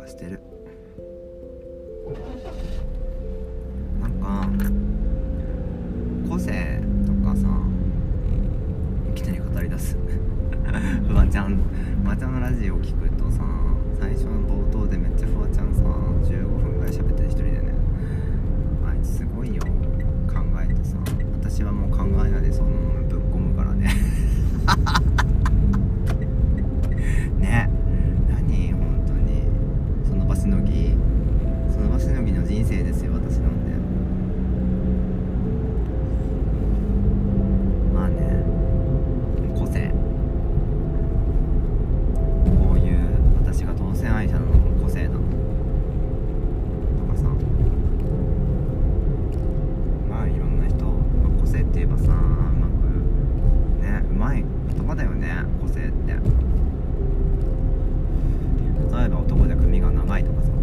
してる。なんか個性とかさ、いきなり語り出すフワちゃんのラジオ聞くとさ、最初の冒頭でめっちゃフワちゃんさ15分ぐらい喋ってる一人でね、あいつすごいよ。考えてさ、私はもう考えないでそのままぶっ込むからねね、何本当にその場しのぎの人生ですよ、私なんで。まあね、個性、こういう私が同性愛者なのも個性だとかさ、まあいろんな人、個性って言えばさ、うまくね、うまい言葉だよね、個性って。例えば男で髪が長いとかさ、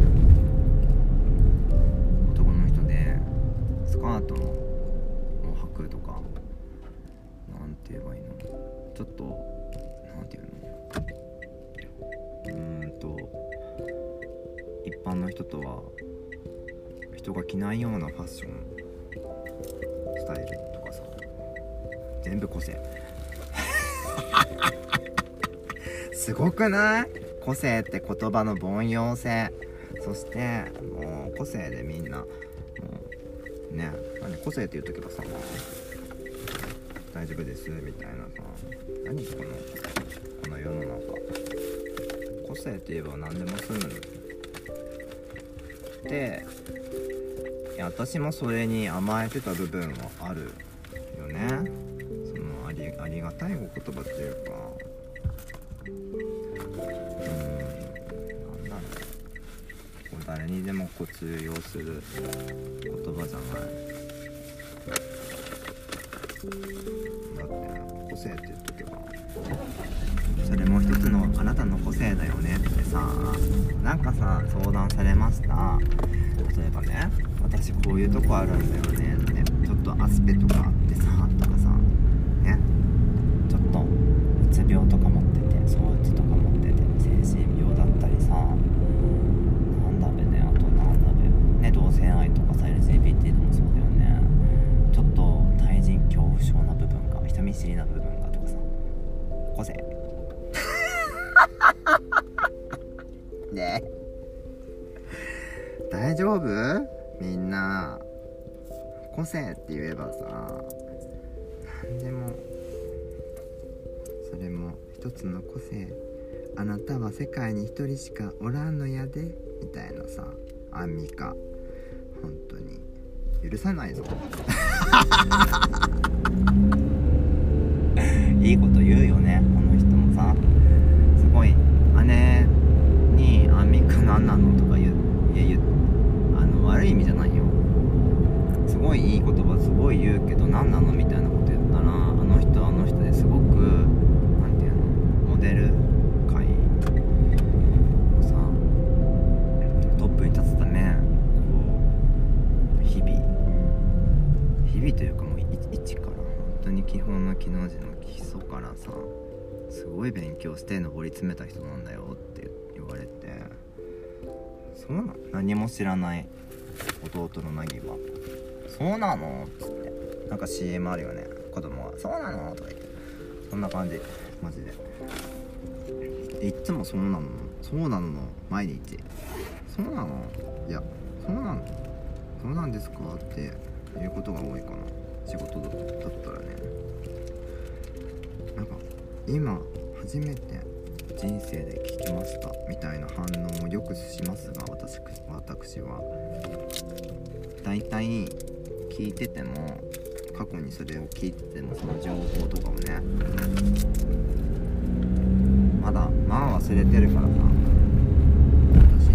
男の人でスカートを履くとか、なんて言えばいいの、ちょっとなんていうの、一般の人とは人が着ないようなファッションスタイルとかさ、全部個性すごくない？個性って言葉の凡庸性。そしてもう個性でみんなもうね、個性って言っとけばさ大丈夫ですみたいなさ、何この世の中、個性って言えば何でも済むで、いや私もそれに甘えてた部分はあるよね。そのありがたいお言葉っていうか、誰にでも通用する言葉じゃない。だって個性って言っとけば、それも一つのあなたの個性だよねってさ、なんかさ相談されました。例えばね、私こういうとこあるんだよねって、ちょっとアスペとかあってさとかさね、ちょっとうつ病とか持ってて、そううつとか持ってて精神病だったりさ、同性愛とかさ LGBT でもそうだよね。ちょっと対人恐怖症な部分か、人見知りな部分かとかさ、個性ね、大丈夫？みんな個性って言えばさ、なんでもそれも一つの個性。あなたは世界に一人しかおらんのやでみたいなさ、アンミカ本当に許さないぞいいこと言うよね、この人もさ。すごい姉にアンミカなんなのとか言う悪い意味じゃないよ。すごいいい言葉すごい言うけど、なんなのみたいなこと言ったら、あの人ですごくなんていうの、モデル界のさトップに立つため、日々というかもう一から本当に基本の機能時の基礎からさ、すごい勉強して上り詰めた人なんだよって言われて、そうなの？何も知らない弟の凪はそうなのっつって、なんか CM あるよね、子供がそうなのとか言って、そんな感じマジで。いっつもそうなのの毎日、そうなの、いやそうなの、そうなんですかっていうことが多いかな、仕事だったらね。なんか今初めて人生で聞きましたみたいな反応をよくしますが、私はだいたい聞いてても、過去にそれを聞いてても、その情報とかをねまあ忘れてるからさ、私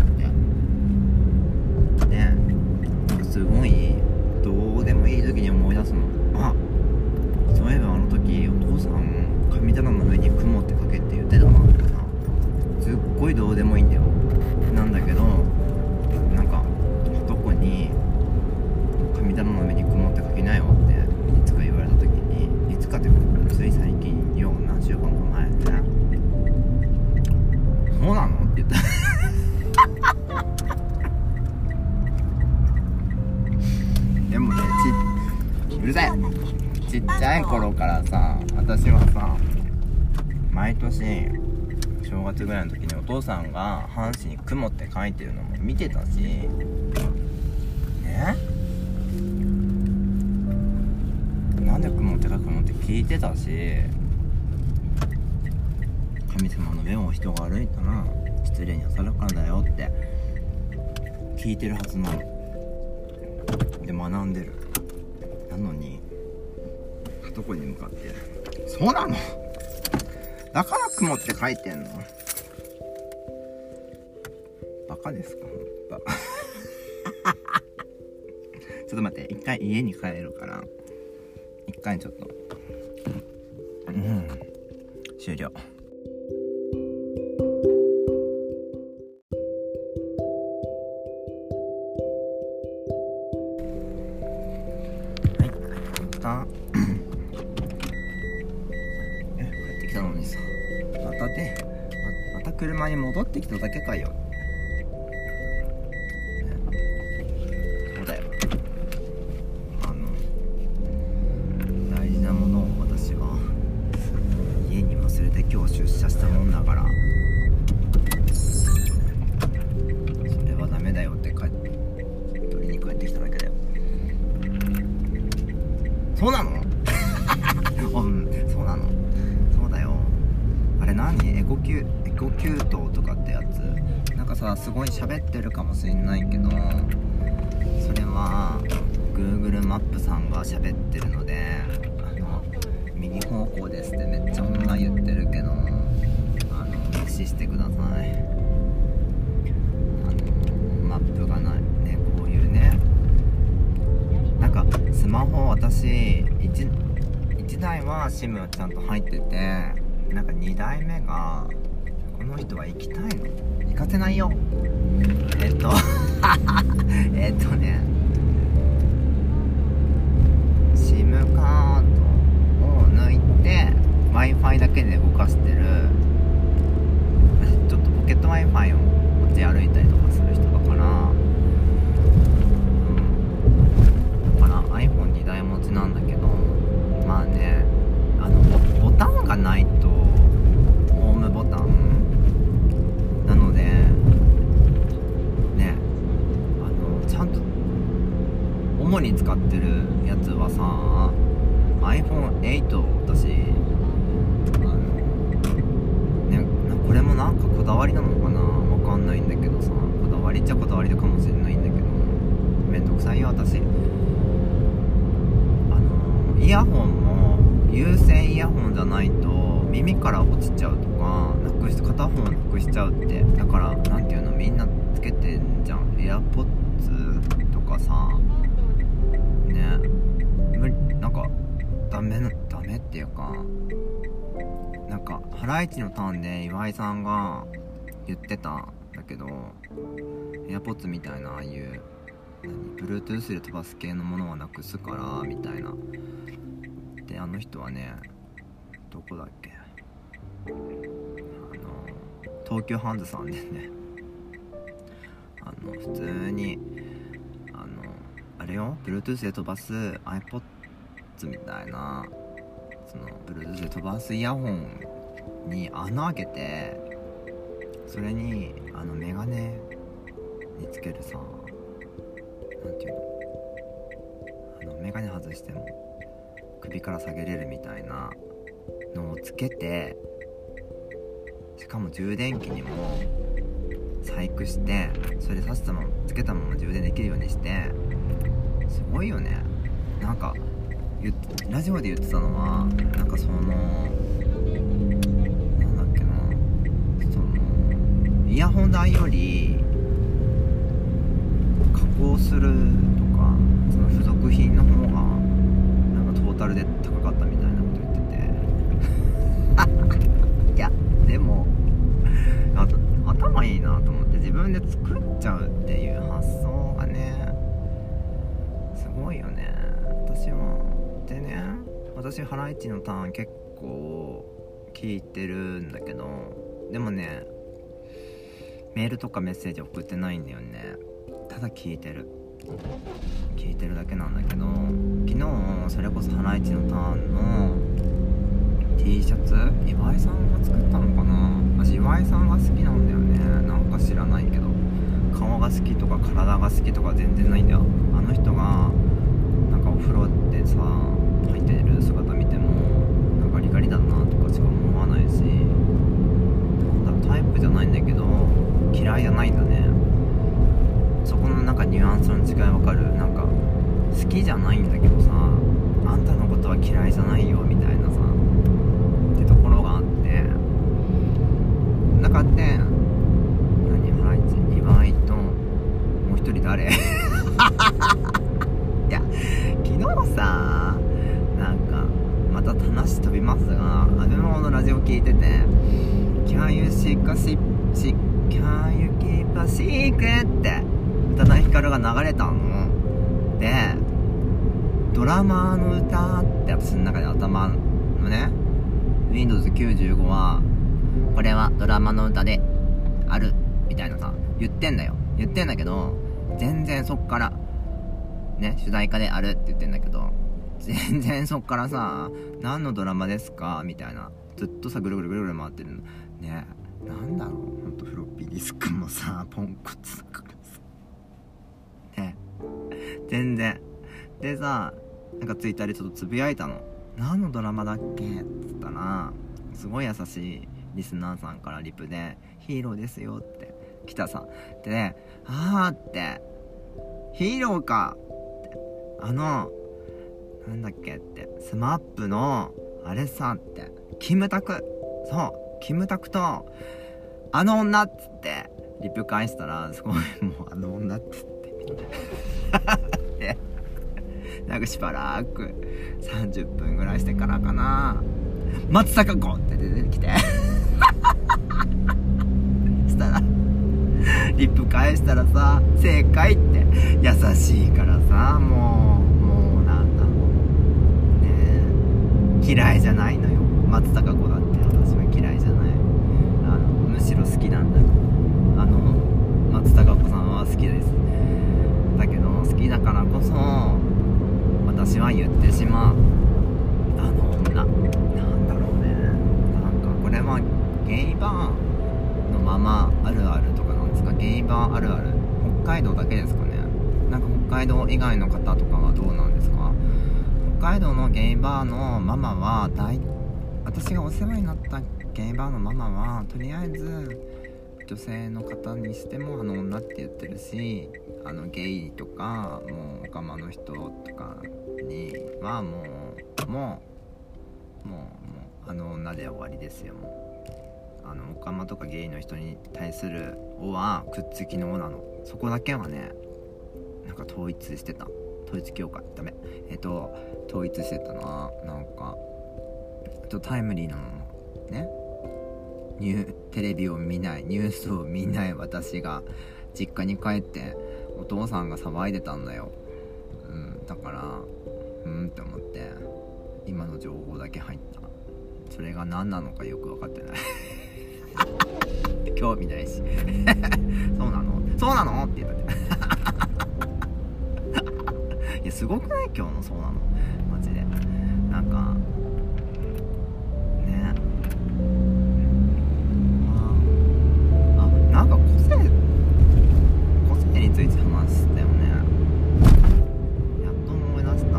ってね、すごいどうでもいい時に思い出すの。あ、そういえばあの時お父さん神棚の上に雲ってかけって言ってたなとかさ、すっごいどうでもいいんだよ。なんだけどなんか男に神棚の上に雲ってかけなよっていつか言われた時に、いつかってつい最近よ、何週間か前で、そうなのって言ったちゃい頃からさ、私はさ毎年正月ぐらいの時にお父さんが半紙に雲って書いてるのも見てたしね、なんで雲って書くのって聞いてたし、神様の目を人が歩いたら失礼に当たるからだよって聞いてるはずなので、学んでる。なのにどこに向かってそうなのだから雲って書いてんの。バカですかほんとちょっと待って、一回家に帰るから一回ちょっと終了。はい、また帰ってきたのにさ、また車に戻ってきただけかよ。そうだよ、大事なものを私は家に忘れて今日出社したもんだから、それはダメだよって取りに帰ってきただけだよ。そうなのそうなの。そうだよ。あれ何？エコキュートとかってやつなんかさ、すごい喋ってるかもしれないけど、それは Google マップさんが喋ってるので、右方向ですってめっちゃ女言ってるけど、無視してください。マップがないね、こういうね、なんかスマホ私1台は SIM がちゃんと入ってて、なんか2台目がこの人は行きたいの？行かせないよ。SIM カードを抜いて Wi-Fi だけで動かしてる、私ちょっとポケット Wi-Fi を持ち歩いたりとかする人だから、だから iPhone2 台持ちなんだけど、まあね、ボタンがないと、ホームボタンなのでね、ちゃんと主に使ってるやつはさ iPhone8 を私これもなんかこだわりなのかな、わかんないんだけどさ、こだわりっちゃこだわりかもしれないんだけど、めんどくさいよ私。イヤホンも有線イヤホンじゃないと耳から落ちちゃうとか、片方なくしちゃうって。だからなんていうの、みんなつけてんじゃん、エアポッツとかさね。なんかダメっていうか、なんかハライチのターンで岩井さんが言ってたんだけど、エアポッツみたいなああいうBluetooth で飛ばす系のものはなくすからみたいな。であの人はね、どこだっけ、東急ハンズさんでね、普通にあれよ、Bluetooth で飛ばす iPods みたいな、その Bluetooth で飛ばすイヤホンに穴開けて、それにメガネにつけるさ、なんていうの、メガネ外しても首から下げれるみたいなのをつけて、しかも充電器にも細工して、それ挿したままつけたまま充電できるようにして、すごいよね。なんかラジオで言ってたのは、なんかなんだっけな、イヤホン代より加工するとか、その付属品の方がなんかトータルで高かったみたいなこと言ってていやでも頭いいなと思って、自分で作っちゃうっていう発想がね、すごいよね。私ハライチのターン結構聞いてるんだけど、でもね、メールとかメッセージ送ってないんだよね。ただ聞いてる。 聞いてるだけなんだけど、昨日それこそハライチのターンの T シャツ岩井さんが作ったのかな。私岩井さんが好きなんだよね。なんか知らないけど顔が好きとか体が好きとか全然ないんだよ。あの人がなんかお風呂でさ入ってる姿見てもなんかガリガリだなとかしか思わないし、なんだろう、タイプじゃないんだけど嫌いじゃないんだね。そこのなんかニュアンスの違いわかる。なんか好きじゃないんだけどさ、あんたのことは嫌いじゃないよみたいなさってところがあって、だからってハライチ岩井ともう一人誰いや昨日さ、なんかまた話飛びますが、アベマのラジオ聞いてて Can you keep a secret って宇多田ヒカルが流れたので、ドラマの歌って私の中で頭のね Windows 95はこれはドラマの歌であるみたいなさ言ってんだけど、全然そっからね主題歌であるって言ってんだけど、全然そっからさ何のドラマですかみたいなずっとさぐるぐる回ってるのね。なんだろう、ほんとフロッピーディスクもさポンコツだからさね、全然でさ、なんかツイッターでちょっとつぶやいたの。何のドラマだっけって言ったら、すごい優しいリスナーさんからリプでヒーローですよって来たさ。でね、あーってヒーローかってなんだっけってスマップのあれさってキムタク、そうキムタクとあの女っつってリプ返したら、すごいもうあの女っつってでなんかしばらく30分ぐらいしてからかな、松たか子って出てきてしたらリップ返したらさ、正解って優しいからさ、もうなんだろうね、嫌いじゃないのよ松たか子だって。私は嫌いじゃない、むしろ好きなんだ。松たか子さんは好きです。だけど好きだからこそ私は言ってしまう。なんだろうね、なんかこれはゲイバーのままあるあるとかなんですか。ゲイバーあるある北海道だけですかね。なんか北海道以外の方とかはどうなんですか。北海道のゲイバーのママは私がお世話になったゲイバーのママはとりあえず女性の方にしても女って言ってるし、ゲイとかもうオカマの人とかにはもう女で終わりですよ。オカマとかゲイの人に対する「お」はくっつきの「お」なの。そこだけはね、なんか統一してた。統一教会ダメ、統一してたな。なんかちょっとタイムリーなのね、テレビを見ない、ニュースを見ない私が実家に帰ってお父さんが騒いでたんだよ。だからって思って今の情報だけ入った。それが何なのかよく分かってない興味ないしそうなのって言っていやすごくない今日のそうなのマジで。なんかね、なんか個性について話したよね。やっと思い出した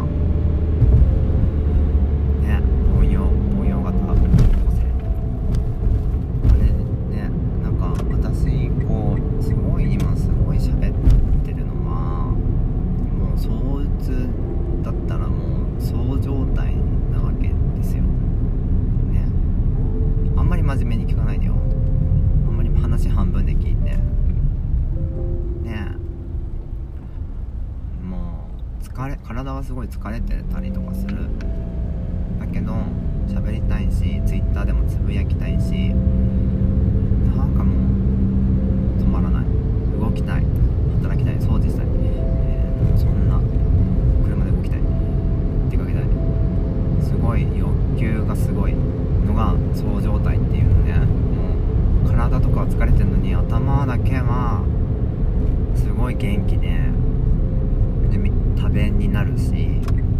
ね。凡庸型個性あれね。なんか私すごい今すごい喋ってるのはもう躁うつだったらもうそう状態なわけですよね。あんまり真面目に聞かないでよ。あんまり話半分で聞いてね。もう体はすごい疲れてたりとかする。だけど喋りたいし、ツイッターでもつぶやきたいし、なんかもう止まらない。動きたい、働きたい、掃除したい、そんな車で動きたい、出かけたい、すごい欲求がすごいのがそう状態っていうのね。もう体とかは疲れてるのに頭だけはすごい元気で、 で多弁になるしね、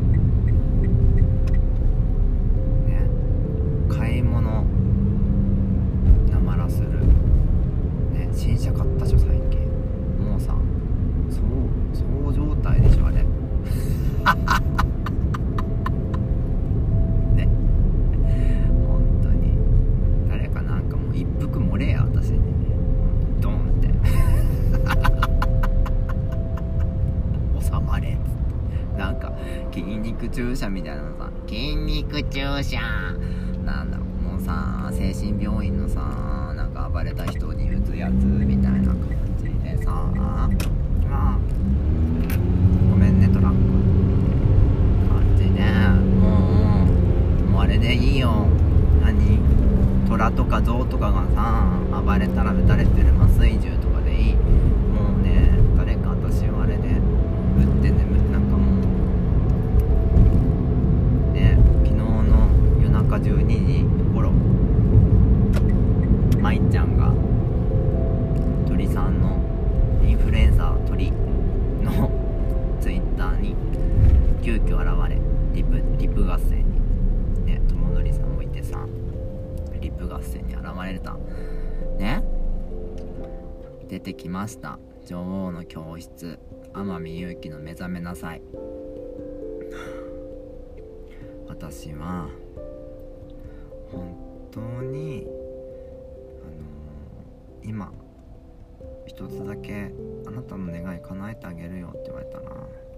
買い物なまらするね、新車買ったでしょ最近。もうさそう状態でしょあれね、本当に誰かなんかもう一服盛れや私にドンって収まれっつって、なんか筋肉注射みたいなのさ、筋肉注射なんだろう、もうさ精神病院のさなんか暴れた人に打つやつみたいな感じでさ、ごめんねトラック感じで、もうあれでいいよ。何虎とか象とかがさ暴れたら撃たれてる麻酔銃とかでいい。もうね誰か私はあれで撃ってなんかもうね、昨日の夜中12時頃舞ちゃんが鳥さんのインフルエンサー鳥のツイッターに急遽現れ、リプ合戦にね、友則さんもいてさ、リプ合戦に現れたね、出てきました。女王の教室、天海祐希の目覚めなさい。私は本当に今一つだけあなたの願い叶えてあげるよって言われたら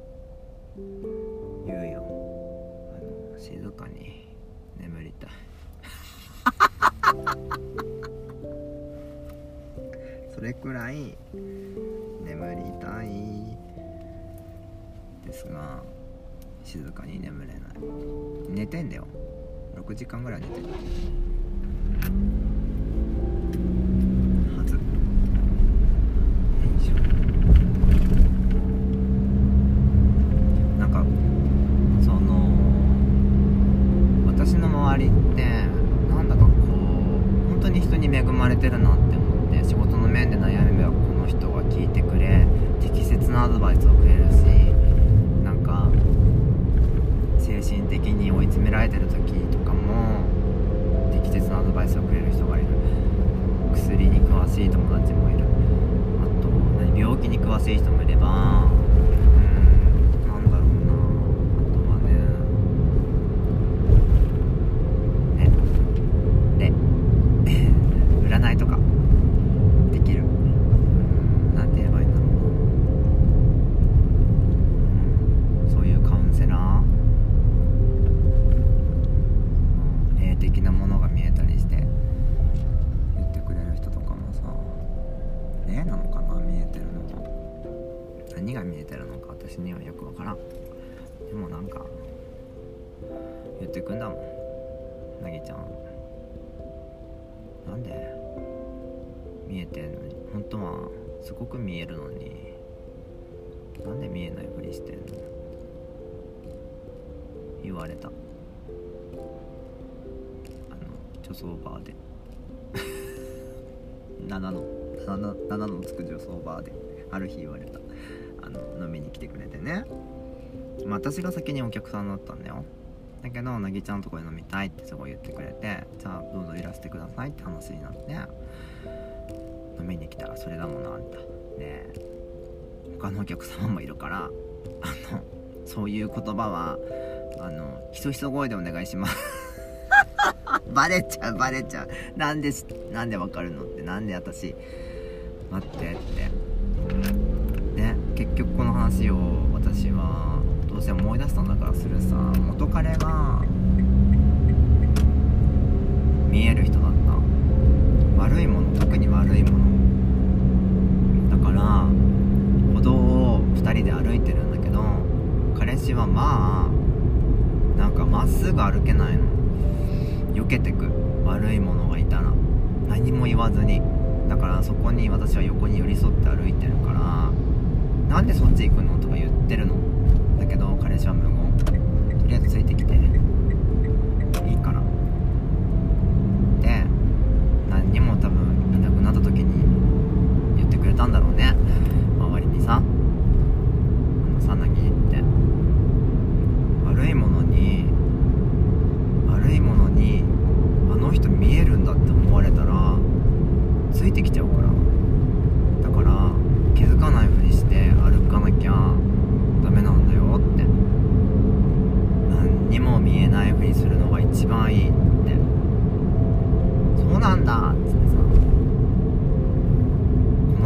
言うよ。静かに眠りたいそれくらい眠りたいですが、静かに眠れない。寝てんだよ、6時間ぐらい寝てるはず。なんか私の周りってなんだかこう本当に人に恵まれてるなって思って、仕事の面で悩めばこの人が聞いてくれ、適切なアドバイスをくれるし、なんか精神的に追い詰められてる時とかも適切なアドバイスをくれる人がいる。薬に詳しい友達もいる。あと病気に詳しい人もいれば、なんだろうな、あとはね占いとかできる。なんて言えばいいんだろうな、そういうカウンセラー、霊的なものが見えたりして言ってくれる人とかもさ、霊なのかな、見えてるのは。何が見えてるのか私にはよくわからん。でもなんか言ってくんだもん、なぎちゃん。なんで見えてんのに、本当はすごく見えるのになんで見えないふりしてんの、言われた。女装バーで7のつく女装バーである日言われた。飲みに来てくれてね、私が先にお客さんだったんだよ。だけどなぎちゃんのとこで飲みたいってすごい言ってくれて、じゃあどうぞいらしてくださいって話になって飲みに来たらそれだものあんたで、他のお客様もいるからそういう言葉はひそひそ声でお願いしますバレちゃうなんでわかるのって、なんで私待ってってね。結局この話を私はどうせ思い出したんだからするさ、元彼が見える人だった。悪いもの、特に悪いものだから歩道を2人で歩いてるんだけど、彼氏はなんかまっすぐ歩けないの、避けてく、悪いものがいたら何も言わずに。だからそこに私は横に寄り添って歩いてるから、なんでそっち行くのとか言ってるの。だけど彼氏は無言。とりあえずついてきていいからで、何にも多分いなくなった時に言ってくれたんだろうね、周りにさ。さなぎ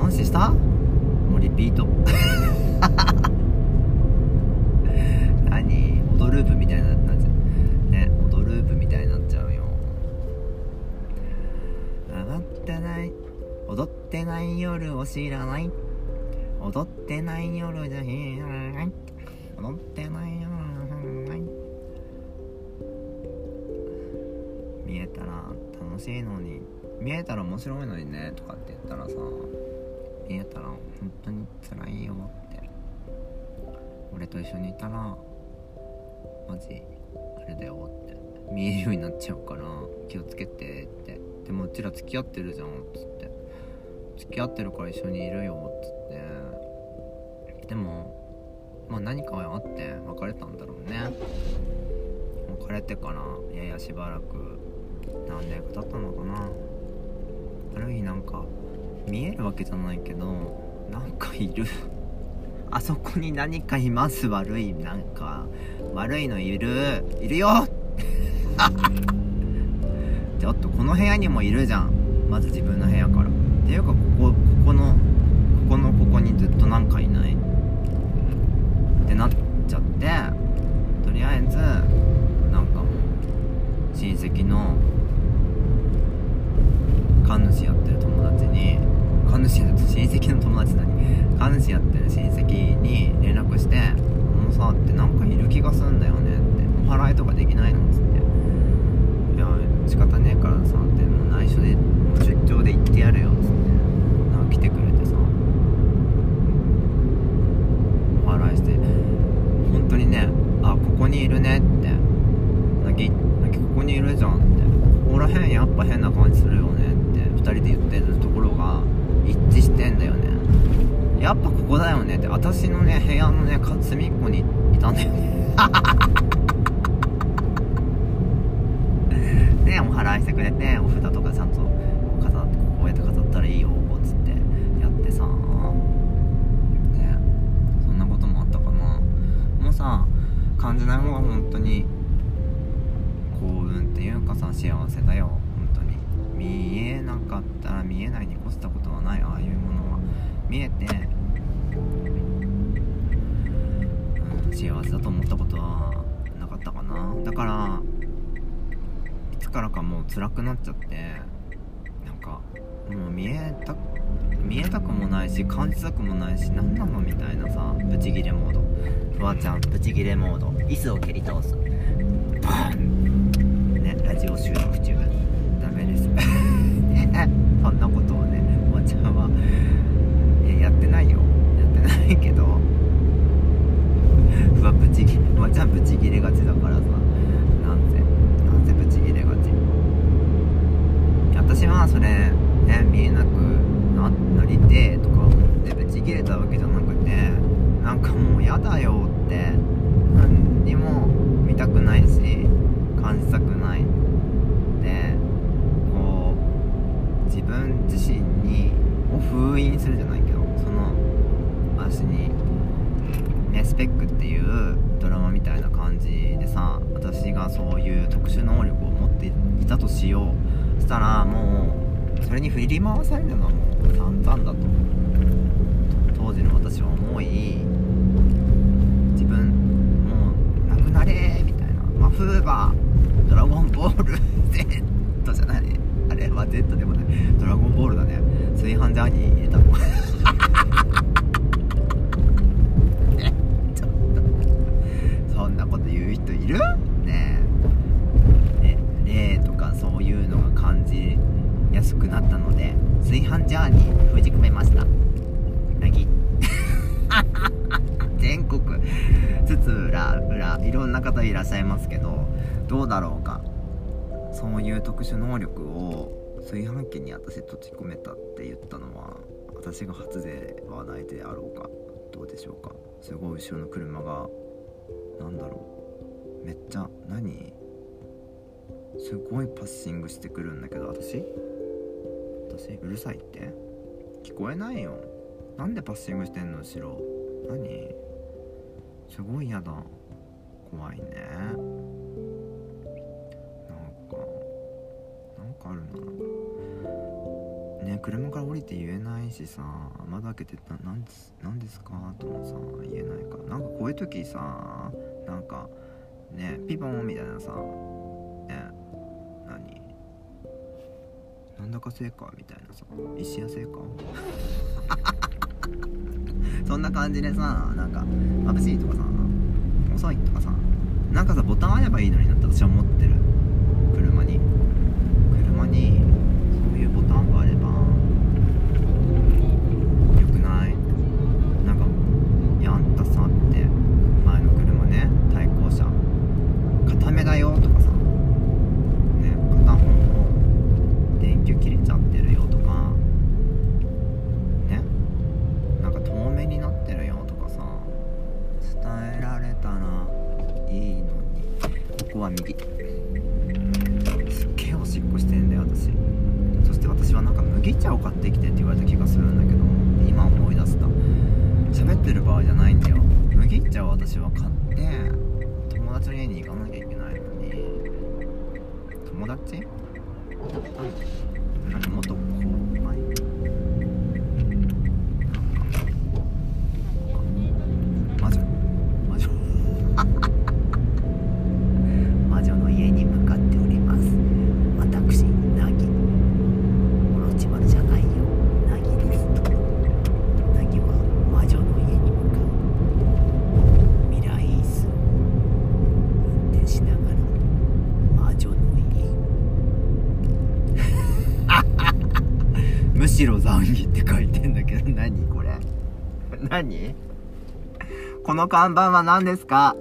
無視した？もうリピート何踊ループみたいになっちゃうね。踊ループみたいになっちゃうよ。踊ってない夜を知らない、踊ってない夜じゃ知らない、踊ってない夜じゃない、見えたら楽しいのに、見えたら面白いのにねとかって言ったらさ、見えたら本当に辛いよって、俺と一緒にいたらマジあれだよって見えるようになっちゃうから気をつけてって。でもうちら付き合ってるじゃんっつって、付き合ってるから一緒にいるよっつって、でもまあ何かあって別れたんだろうね。別れてからややしばらく何年か経ったのかな。ある日なんか見えるわけじゃないけどなんかいるあそこに何かいます、悪い、なんか悪いのいるよちょっとこの部屋にもいるじゃん、まず自分の部屋から。っていうかここにずっとなんかいないってなっちゃって、とりあえずなんかもう親戚の神主やってる友達に、神主やってる親戚の友達神主やってる親戚に連絡して、さってなんかいる気がするんだよねって、お祓いとかできないのっつって、いや仕方ねえからさって、もう内緒でもう出張で行ってやるよっつってなんか来てくれてさ、お祓いして、本当にね、あここにいるねって、なきここにいるじゃんって、ここら辺やっぱ変な感じするよねって2人で言ってるところが一致してんだよね。やっぱここだよねって、私のね部屋のね隅っこにいたんだよねでお祓いしてくれて、お札とかちゃんとこうやって飾ったらいいよっつってやってさ、ね、そんなこともあったかな。もうさ感じない方が本当に幸運っていうかさ、幸せだよ本当に。見えなかったら見えないに越したことはない。ああいうものは見えて、幸せだと思ったことはなかったかな。だからいつからかもう辛くなっちゃって、なんかもう見えたくもないし感じたくもないし、何なのみたいなさ、ブチギレモード。フワちゃんブチギレモード、椅子を蹴り倒すバンね、ラジオ収録中ダメですそんなことをねフワちゃんはやってないよ、やってないけどフワちゃんブチギレがちだからさ、なんせブチギレがち。私はそれね、見えなくなりてとか思ってブチギレたわけじゃなくて、なんかもうやだよって、何にも見たくないし感じたくないで、こう自分自身を封印するじゃないけど、その私にね、スペックっていうドラマみたいな感じでさ、私がそういう特殊能力を持っていたとしよう。そしたらもうそれに振り回されるのはもう散々だと当時の私は思い、自分もうなくなれみたいな、まあフーバードラゴンボール Z じゃない、あれは Z でもない、ドラゴンボールだね。炊飯ジャーに入れたのそんなこと言う人いる？ねえ、霊とかそういうのが感じやすくなったので炊飯ジャーに封じ込めました。なぎ全国津々浦々いろんな方いらっしゃいますけど、どうだろうか。そういう特殊能力を炊飯器に私閉じ込めたって言ったのは私が初ではないであろうか。どうでしょうか。すごい後ろの車がなんだろう、めっちゃすごいパッシングしてくるんだけど、私うるさいって聞こえないよ。なんでパッシングしてんの後ろ。すごいやだ、怖いね。なんかあるな。ね、 車から降りて言えないしさ、窓開けてなんですかともさ言えないから、なんかこういう時さ、なんかねピボンみたいなさ、ねなんだかせいかみたいなさ、石屋製かそんな感じでさ、なんか眩しいとかさ遅いとかさ、なんかさボタンあればいいのになって私は思ってる。車にそういうボタンがあればよくない？なんかいやあんたさって前の車ね、対向車固めだよとかさね、片方電球切れちゃってるよとかね、なんか透明になってるよとかさ伝えられたらいいのに、ここは右、すっげえおしっこしてんだよ私。そして私はなんか麦茶を買ってきてって言われた気がするんだけど、今思い出した。喋ってる場合じゃないんだよ。麦茶を私は買って友達の家に行かなきゃいけないのに、友達元後輩魔女の家に向かっております。私ナギ、オロチマルじゃないよ、ナギです。ナギは魔女の家に向かう。未来椅子を運転しながら魔女の家むしろ残儀って書いてんだけど、何これ何この看板は何ですか？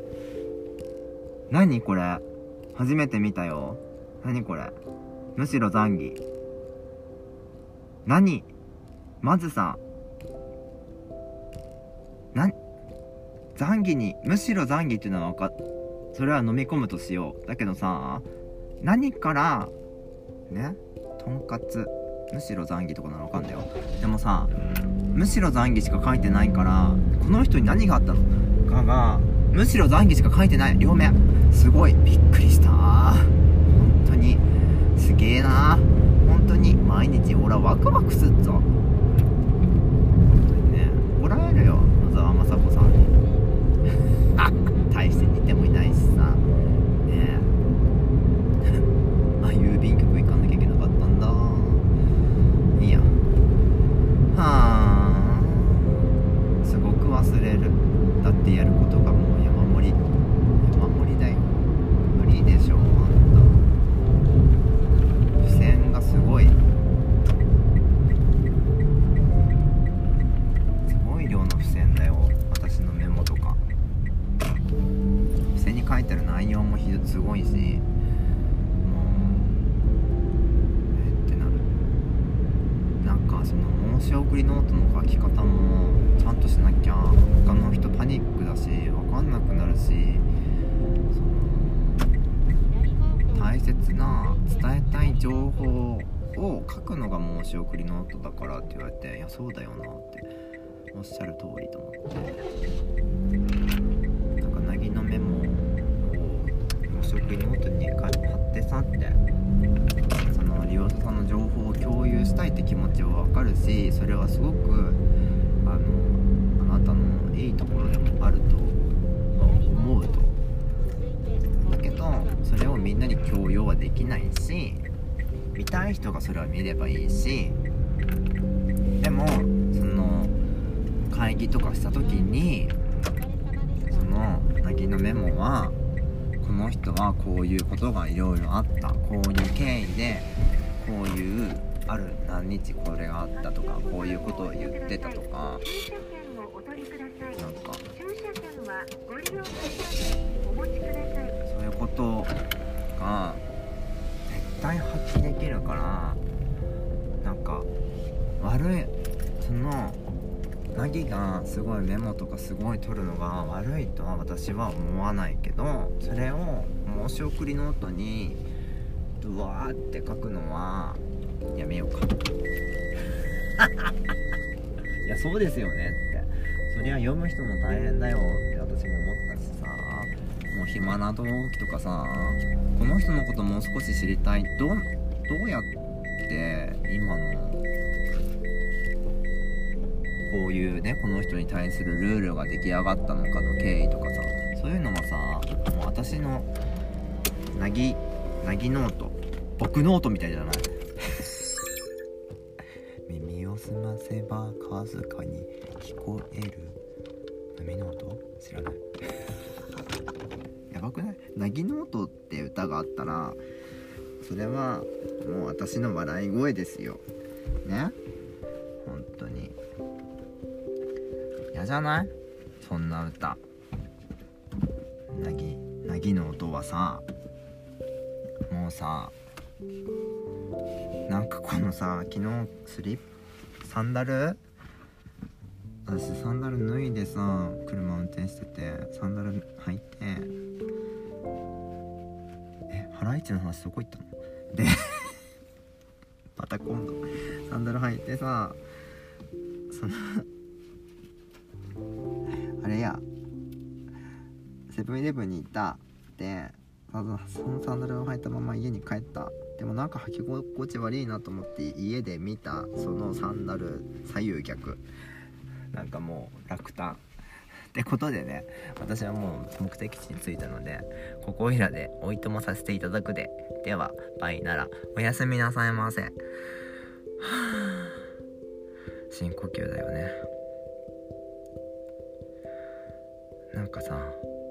何これ初めて見たよ。何これ、むしろ残儀。何まずさ、残儀にむしろ残儀っていうのはそれは飲み込むとしよう。だけどさ、何からね、とんかつむしろ残儀とかなのわかんだよ。でもさ、むしろ残儀しか書いてないから、この人に何があったのかがむしろ残儀しか書いてない。両面すごいびっくりした。本当にすげえな。本当に毎日オラワクワクすっぞ。本当にね、怒られるよ野沢雅子さんに大して似てもいないしさねえ郵便局行かなきゃいけなかったんだ。いいや、はあすごく忘れる。だってやることがもう山盛りだよ。無理でしょあんた。付箋がすごい量の付箋だよ。私のメモとか付箋に書いてある内容もすごいし、もうってなる。なんかその申し送りノートの書き方もちゃんとしなきゃ他の人パニックだし分かんなくなるし、その大切な伝えたい情報を書くのが申し送りノートだからって言われて、いやそうだよなっておっしゃる通りと思って、なんかなぎのメモを申し送りノートに貼ってさって、その利用者さんの情報を共有したいって気持ちは分かるし、それはすごくあなたのいいところでもあると思うと。だけどそれをみんなに強要はできないし、見たい人がそれは見ればいいし、でもその会議とかした時にそのなぎのメモは、この人はこういうことがいろいろあった、こういう経緯でこういうある何日これがあったとか、こういうことを言ってたとか、なんかそういうことが絶対発揮できるから、なんか悪い、そのなぎがすごいメモとかすごい取るのが悪いとは私は思わないけど、それを申し送りノートにドワーって書くのはやめようかいやそうですよねって、そりゃ読む人も大変だよって私も思ったしさ、もう暇な時とかさ、この人のこともう少し知りたい、どうやって今のこういうねこの人に対するルールが出来上がったのかの経緯とかさ、そういうのもさ、もう私のなぎノート、僕ノートみたいじゃない耳を澄ませばかすかに聞こえる波ノート、知らないやばくない？なぎノートって歌があったら、それはもう私の笑い声ですよね。本当に嫌じゃない？そんな歌。なぎの音はさ、もうさ、なんかこのさ、昨日サンダル、私サンダル脱いでさ、車運転しててサンダル履いて、ハライチの話どこ行ったの？でまた今度サンダル履いてさ、そのあれや、セブンイレブンに行ったで、そのサンダルを履いたまま家に帰った。でもなんか履き心地悪いなと思って家で見たそのサンダル左右逆、なんかもう落胆ってことでね、私はもう目的地に着いたので、ここいらでおいともさせていただくで。ではバイならおやすみなさいませ。深呼吸だよね。なんかさ、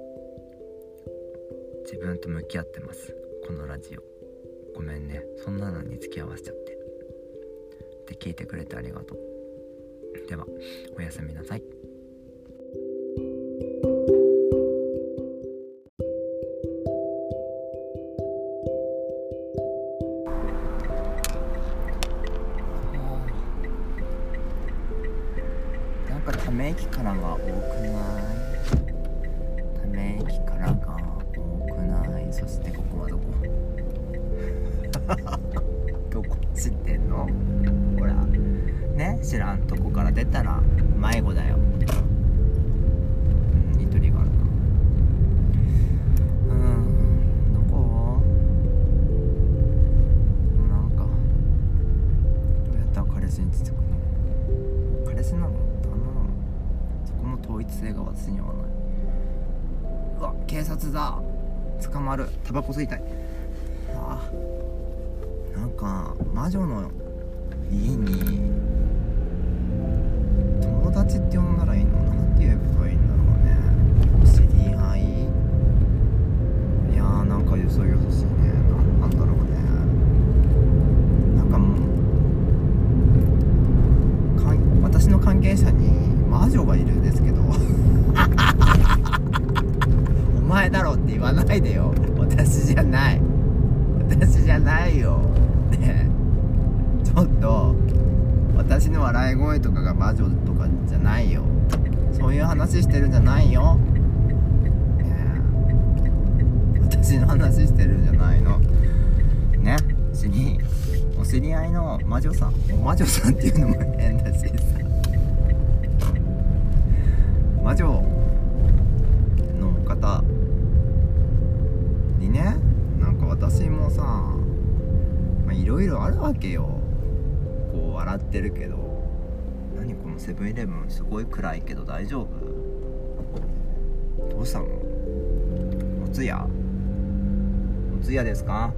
自分と向き合ってます、このラジオ。ごめんね、そんなのに付き合わせちゃって。で、聞いてくれてありがとう。ではおやすみなさい。なんかため息からが多くない？ため息からが多くない？そしてここはどこ？どこ知ってんの？ほらね、知らんとこから出たら迷子だよ。ニトリがあるな。どこ？なんかどうやったら彼氏につくの？彼氏なの？旦那なの？そこの統一性が私にはない。うわ、警察だ。捕まる。タバコ吸いたい。なんか魔女の家に友達って呼んだらいいの？なんて言えばいいんだろうね。知り合い？いやー、なんかよそよそしいね。なんだろうね。なんかもう私の関係者に魔女がいるんですけどお前だろって言わないでよ。私じゃない。私じゃないよ。ねえ、ちょっと私の笑い声とかが魔女とかじゃないよ。そういう話してるんじゃないよ。ねえ、私の話してるんじゃないのね。お知り合いの魔女さんっていうのも変だしさ、魔女の方にね、なんか私もさ、いろいろあるわけよ。こう笑ってるけど、何このセブンイレブンすごい暗いけど大丈夫？どうしたの？お通夜ですか？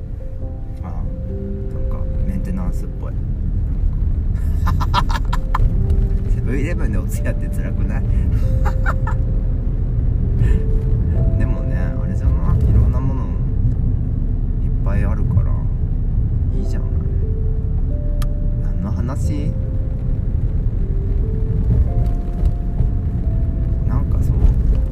なんかメンテナンスっぽいセブンイレブンでお通夜って辛くない？でもね、あれじゃない、いろんなものいっぱいあるからいいじゃない。何の話？なんかそう、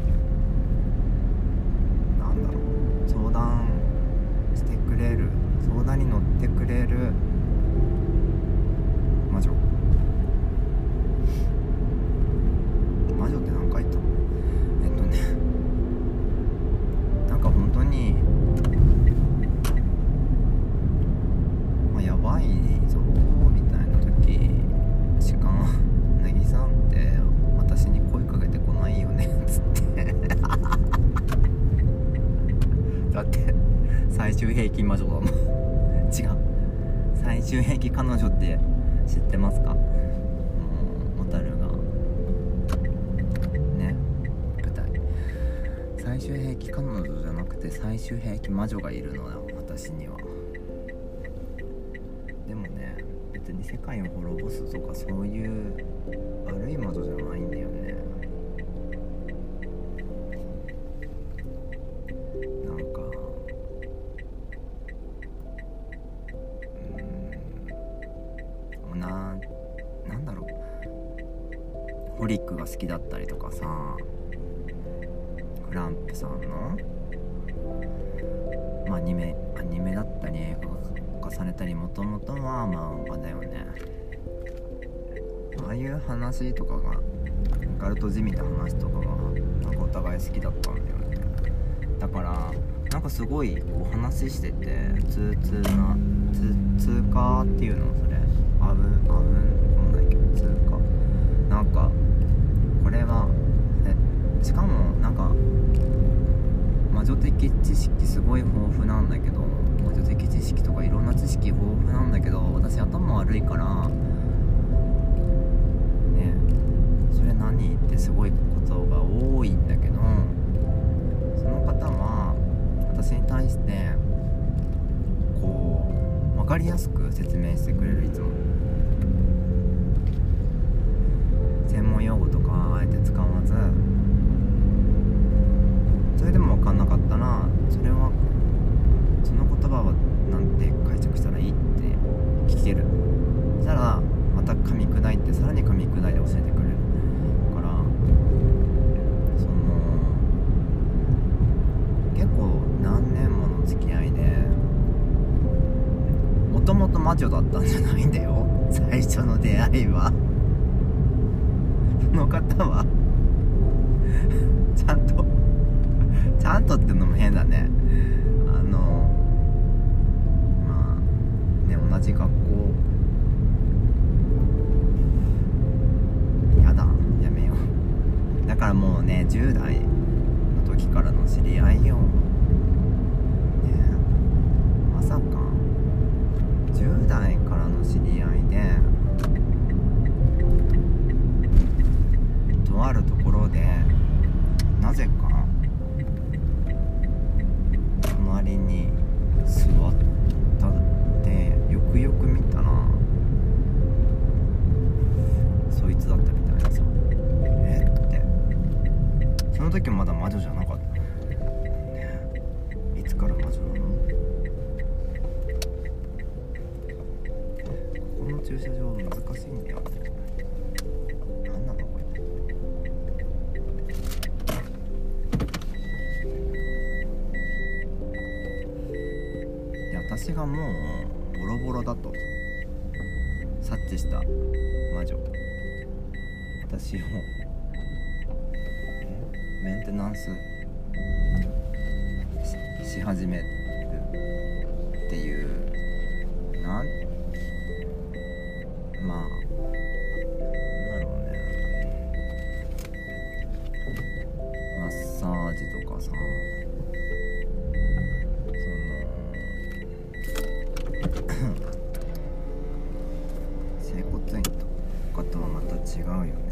なんだろう、相談してくれる、相談に乗ってくれる魔女って何回言ったの？なんか本当にやばいぞみたいな時しかなぎさんって私に声かけてこないよねっつってだって最終兵器魔女だもん違う、最終兵器彼女って知ってますか？小樽が終兵器彼女じゃなくて最終兵器魔女がいるのよ、私には。でもね、別に世界を滅ぼすとかそういう悪い魔女じゃないんだよね。なんかなんだろう、ホリックが好きだったりとかさ、クランプさんの、アニメだったり映画化されたり、もともとは漫画だよね。ああいう話とかが、ガルトじみた話とかがなんかお互い好きだったんだよね。だからなんかすごいお話ししてて通過っていうの、それあぶもないけど通過、なんかこれはしかもなんか魔女的知識すごい豊富なんだけど、魔女的知識とかいろんな知識豊富なんだけど、私頭悪いからね、それ何ってすごいことが多いんだけど、その方は私に対してこう分かりやすく説明してくれる。いつも専門用語とかあえて使わず、それでも分かんなかったら、その言葉はなんて解釈したらいいって聞ける。そしたらまた噛み砕いて、さらに噛み砕いて教えてくれるから、結構何年もの付き合いで、もともと魔女だったんじゃないんだよ、最初の出会いは。その方はちゃんとってのも変だね。同じ学校、やめよう。だからもうね、10代の時からの知り合いよ、ね、まさか10代からの知り合いで、とあるところでなぜか隣に座ったって、よくよく見たらそいつだったみたいなさ。ってその時もまだ魔女じゃなかった、ね、いつから魔女なの？ここの駐車場難しいんだよ。なんなのこれ。私がもうボロボロだと察知した魔女、私をメンテナンス し始めるっていう、なんだろうね、マッサージとかさ、整骨院とかとはまた違うよね。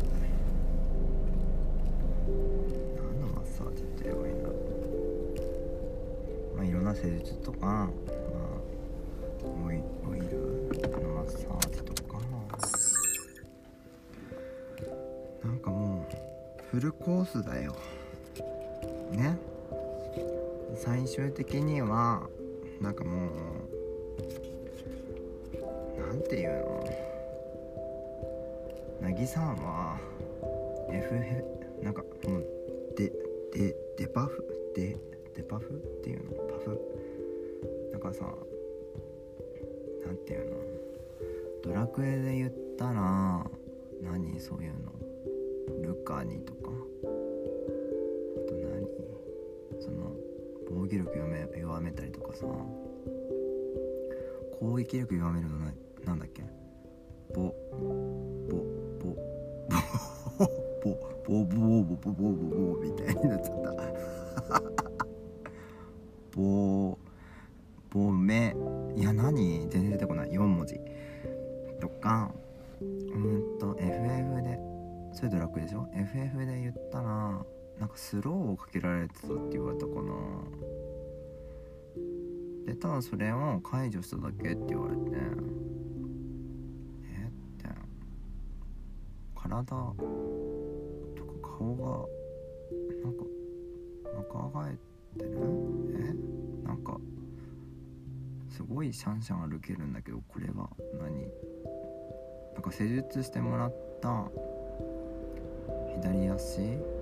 何のマッサージって言えばいいんだろう。いろんな施術とか、オイルのマッサージとか、なんかもうフルコースだよね。最終的にはなんかもうなんていうの、なぎさんはなんかもうデパフっていうの、パフなんかさ、なんていうの、ドラクエで言ったら何、そういうのルカニとか、あとその防御力弱めたりとかさ、攻撃力弱めるのなんだっけ、ボみたいになっちゃったボメ、いや何、全然出てこない、4文字とか、FF で、それドラクエでしょ。 FF で言ったらなんかスローをかけられてたって言われたかな。でただそれを解除しただけって言われて、って体とか顔がなんか若返ってる？なんかすごいシャンシャン歩けるんだけど、これは何？なんか施術してもらった左足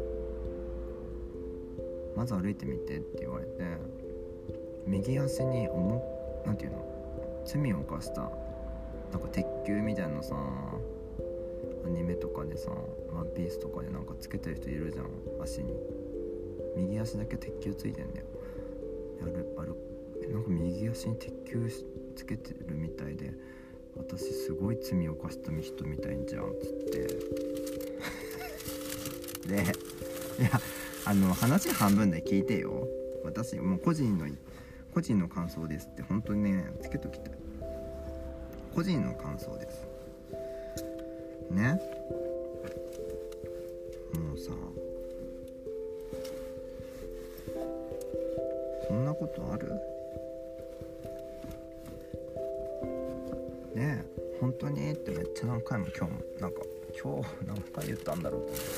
まず歩いてみてって言われて、右足になんていうの、罪を犯したなんか鉄球みたいなさ、アニメとかでさ、ワンピースとかでなんかつけてる人いるじゃん、足に。右足だけ鉄球ついてんだよ。なんか右足に鉄球つけてるみたいで、私すごい罪を犯した人みたいじゃんっつってで、いや話半分で聞いてよ。私もう個人の感想ですって、本当にねつけときたい。個人の感想ですね。もうさ、そんなことある？ねえ、本当にってめっちゃ何回も今日何回言ったんだろうと思って、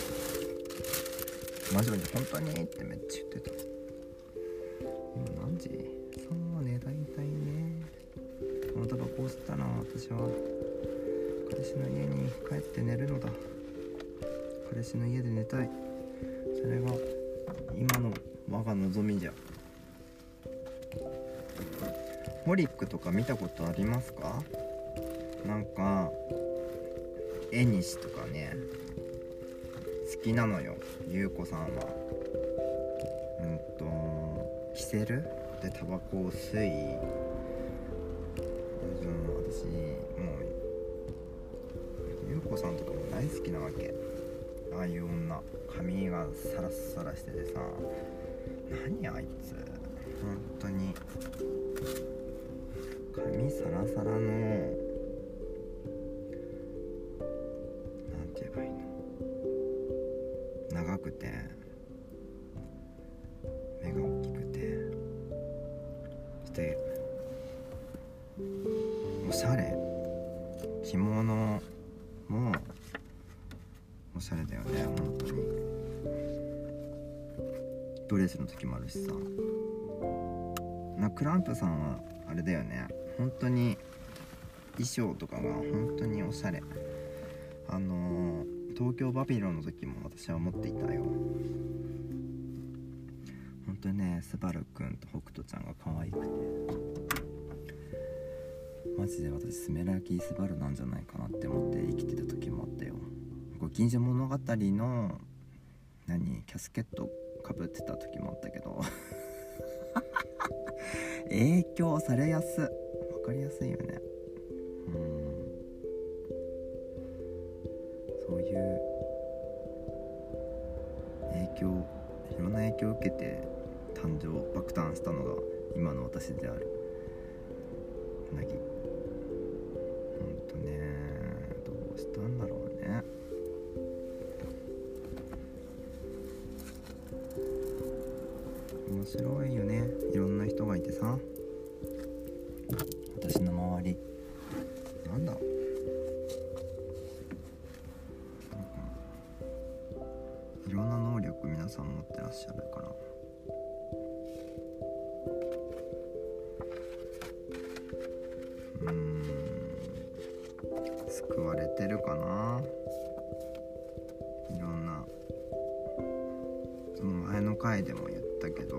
マジで本当にってめっちゃ言ってた。今何時？そうね、大体ね。このタバコを吸ったら私は彼氏の家に帰って寝るのだ。彼氏の家で寝たい。それが今の我が望みじゃ。ホリックとか見たことありますか？なんか絵西とかね好きなのよ、ゆうこさんは。キセルでタバコを吸い、私もうゆうこさんとかも大好きなわけ。ああいう女、髪がサラッサラしててさ、何あいつ本当に髪サラサラの、なんて言えばいいの、長くて目が大きくて、そしておしゃれ、着物もおしゃれだよね、本当に。ドレスの時もあるしさ。クランプさんはあれだよね、本当に衣装とかが本当におしゃれ。東京バビロンの時も私は持っていたよ。本当にね、スバルくんと北斗ちゃんが可愛くて、マジで私スメラギスバルなんじゃないかなって思って生きてた時もあったよ。ご近所物語のキャスケットかぶってた時もあったけど影響されやす、わかりやすいよね。そういういろんな影響を受けて爆誕したのが今の私である。なぎ、ほんとね、どうしたんだろうね。面白いよね、いろんな人がいてさ。私の周りなんだ、いろんな能力皆さん持ってらっしゃるから、救われてるかな。いろんな、その前の回でも言ったけど、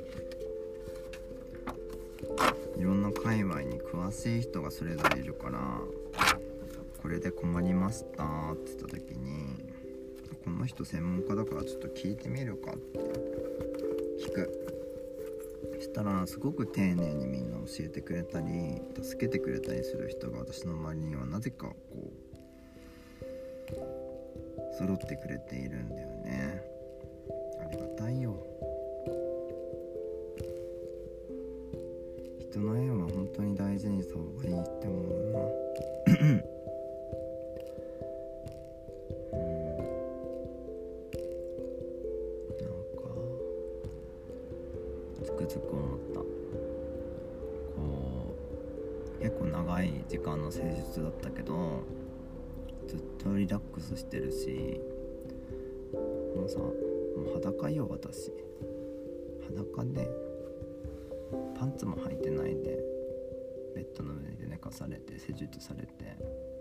いろんな界隈に詳しい人がそれぞれいるから、これで困りましたって言った時に、この人専門家だからちょっと聞いてみるかって聞く。そしたらすごく丁寧にみんな教えてくれたり助けてくれたりする人が私の周りにはなぜかこう揃ってくれているんだよね。ありがたいよ。人の縁は本当に大事にした方がいいって思うななんくづく思った。こう結構長い時間の施術だったけどずっとリラックスしてるし、もうさ、もう裸よ私。裸でパンツも履いてないでベッドの上で寝かされて施術されて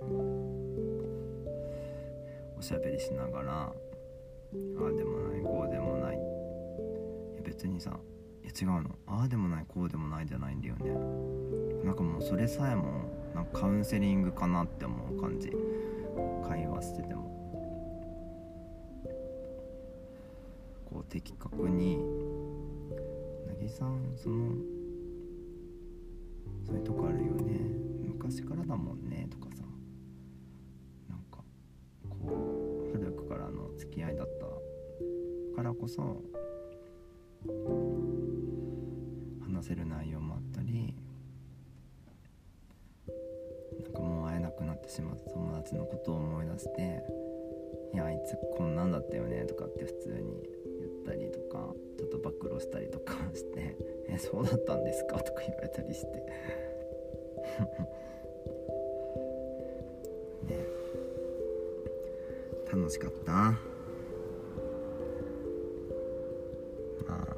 おしゃべりしながら、ああでもないこうでもない、いや別にさ、いや違うの、ああでもないこうでもないじゃないんだよね。なんかもうそれさえもなんかカウンセリングかなって思う感じ。会話しててもこう的確になぎさんそういうとこあるよね、昔からだもんねとかさ、なんかこう古くからの付き合いだったからこそ話せる内容もあったり、なんかもう会えなくなってしまった友達のことを思い出して、いやあいつこんなんだったよねとかって普通に言ったりとか、ちょっと暴露したりとかしてそうだったんですかとか言われたりしてね、楽しかった。まあ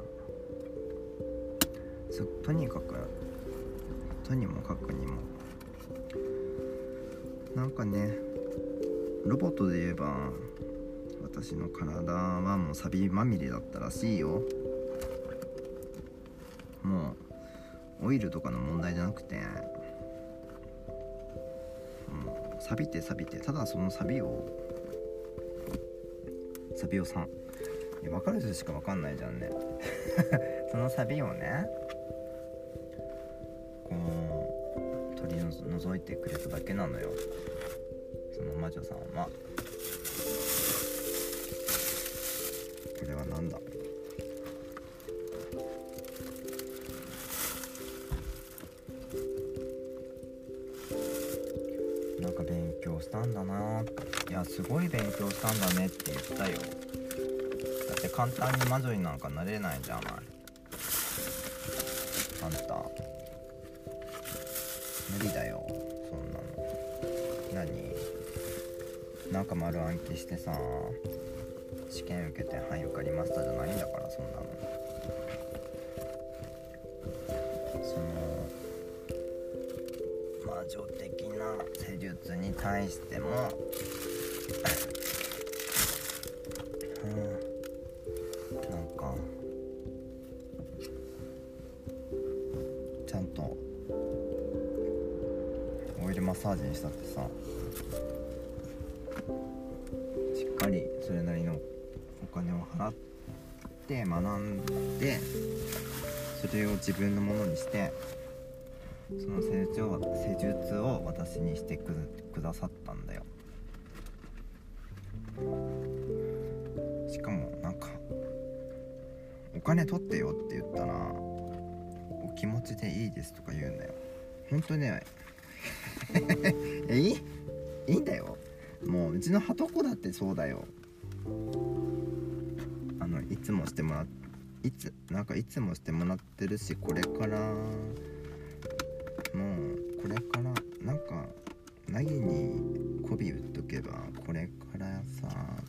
とにかくとにもかくにもなんかね、ロボットで言えば私の体はもうサビまみれだったらしいよ。もうオイルとかの問題じゃなくて、もう錆びてただその錆をさ、分かる人しか分かんないじゃんねその錆をねこう取り除いてくれただけなのよ、その魔女さんは。これはなんだ、なんか勉強したんだな。いやすごい勉強したんだねって言ったよ。だって簡単に魔女になんかなれないじゃないあんた。無理だよそんなの。なんか丸暗記してさ試験受けてはい受かりましたじゃないんだから、そんなの。その魔女的な施術に対してもなんかちゃんとオイルマッサージにしたってさ、しっかりそれなりのお金を払って学んで、それを自分のものにして、その施術を私にしてくださったんだよ。しかもなんかお金取ってよって言ったらお気持ちでいいですとか言うんだよ。ほんとねいいんだよ。もううちのはとこだってそうだよ。いつもしてもらってるし、これからなんかなぎに媚び売っとけばこれからさ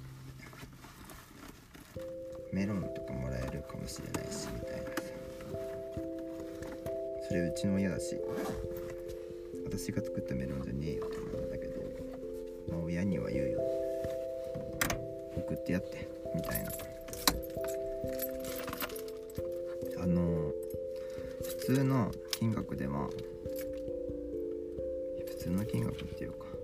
メロンとかもらえるかもしれないしみたいなさ。それうちの親だし私が作ったメロンじゃねえよって思うんだけど、まあ親には言うよ、送ってやってみたいな。普通の金額っていうか、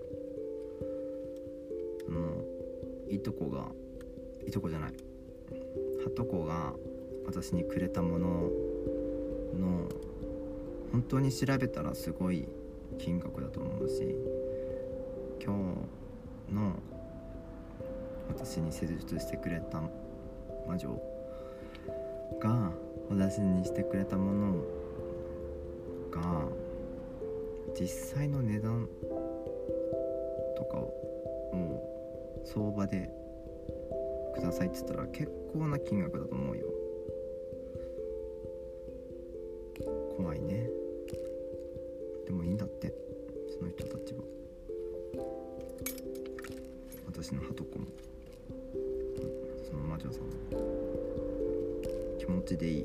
いとこじゃない、はとこが私にくれたものの本当に調べたらすごい金額だと思うし、今日の私に施術してくれた魔女が私にしてくれたものが実際の値段とかを相場でくださいって言ったら結構な金額だと思うよ。 怖いね。でもいいんだって、その人たちは。私のはとこもその魔女さんも気持ちでいい、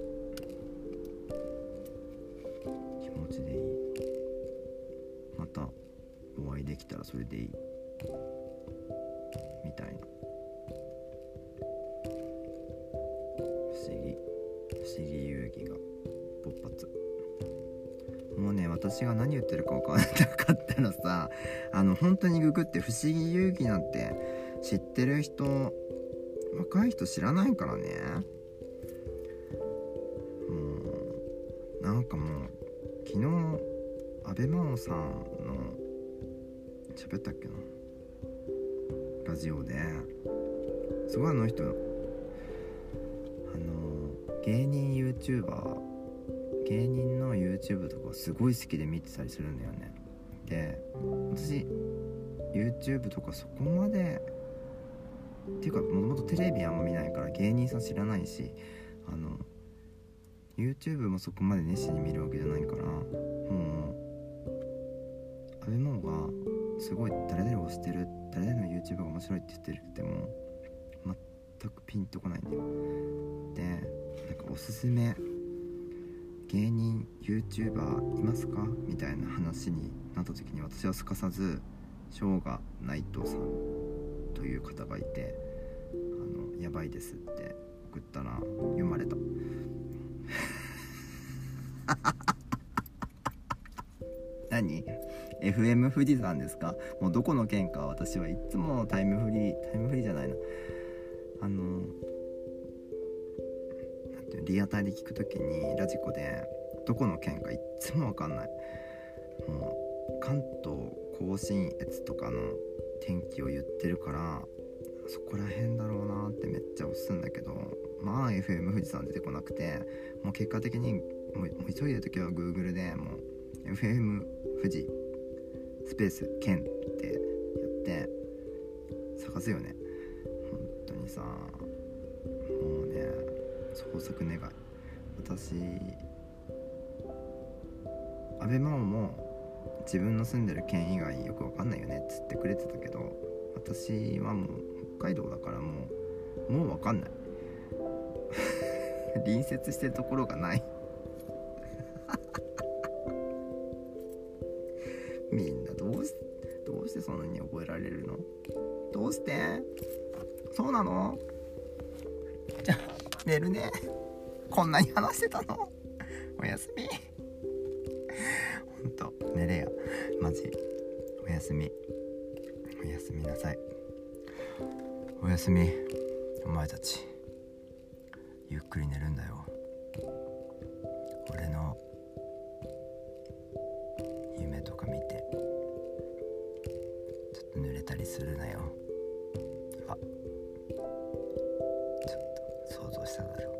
気持ちでいい。またお会いできたらそれでいいみたいな。不思議遊戯が勃発。もうね、私が何言ってるか分からなかったらさ、本当にググって不思議遊戯なんて知ってる人、若い人知らないからね。もうなんかもう昨日安倍真央さんの喋ったっけな、ラジオですごい人芸人 YouTuber、 芸人の YouTube とかすごい好きで見てたりするんだよね。で、私 YouTube とかそこまでっていうか、もともとテレビあんま見ないから芸人さん知らないし、YouTube もそこまで熱心に見るわけじゃないから、もう安倍真央がすごい誰々を推してる、誰々の YouTube が面白いって言ってるっても全くピンとこないんだよ。で、なんかおすすめ芸人 YouTuber いますかみたいな話になった時に、私はすかさず生姜内藤さんという方がいて、やばいですって送ったら読まれた何 FM 富士山ですか？もうどこの県か私はいつもタイムフリーじゃないな、なんていうリアタイで聞くときにラジコでどこの県かいつも分かんない。もう関東甲信越とかの天気を言ってるから、そこら辺だろうなってめっちゃ押すんだけど、まあ FM 富士山出てこなくて、もう結果的にもう急いでる時は Google でもう FM 富士スペース県ってやって探すよね。本当にさ、もうね、捜索願い。私安倍真央も自分の住んでる県以外よく分かんないよねっつってくれてたけど、私はもう北海道だからもう分かんない隣接してるところがないみんなどうしてそんなに覚えられるの？どうして？そうなの？じゃあ寝るね。こんなに話してたの？おやすみ。ほんと寝れやマジ。おやすみなさい。おやすみ。お前たちゆっくり寝るんだよ。俺の夢とか見てちょっと濡れたりするなよ。ちょっと想像しただろう。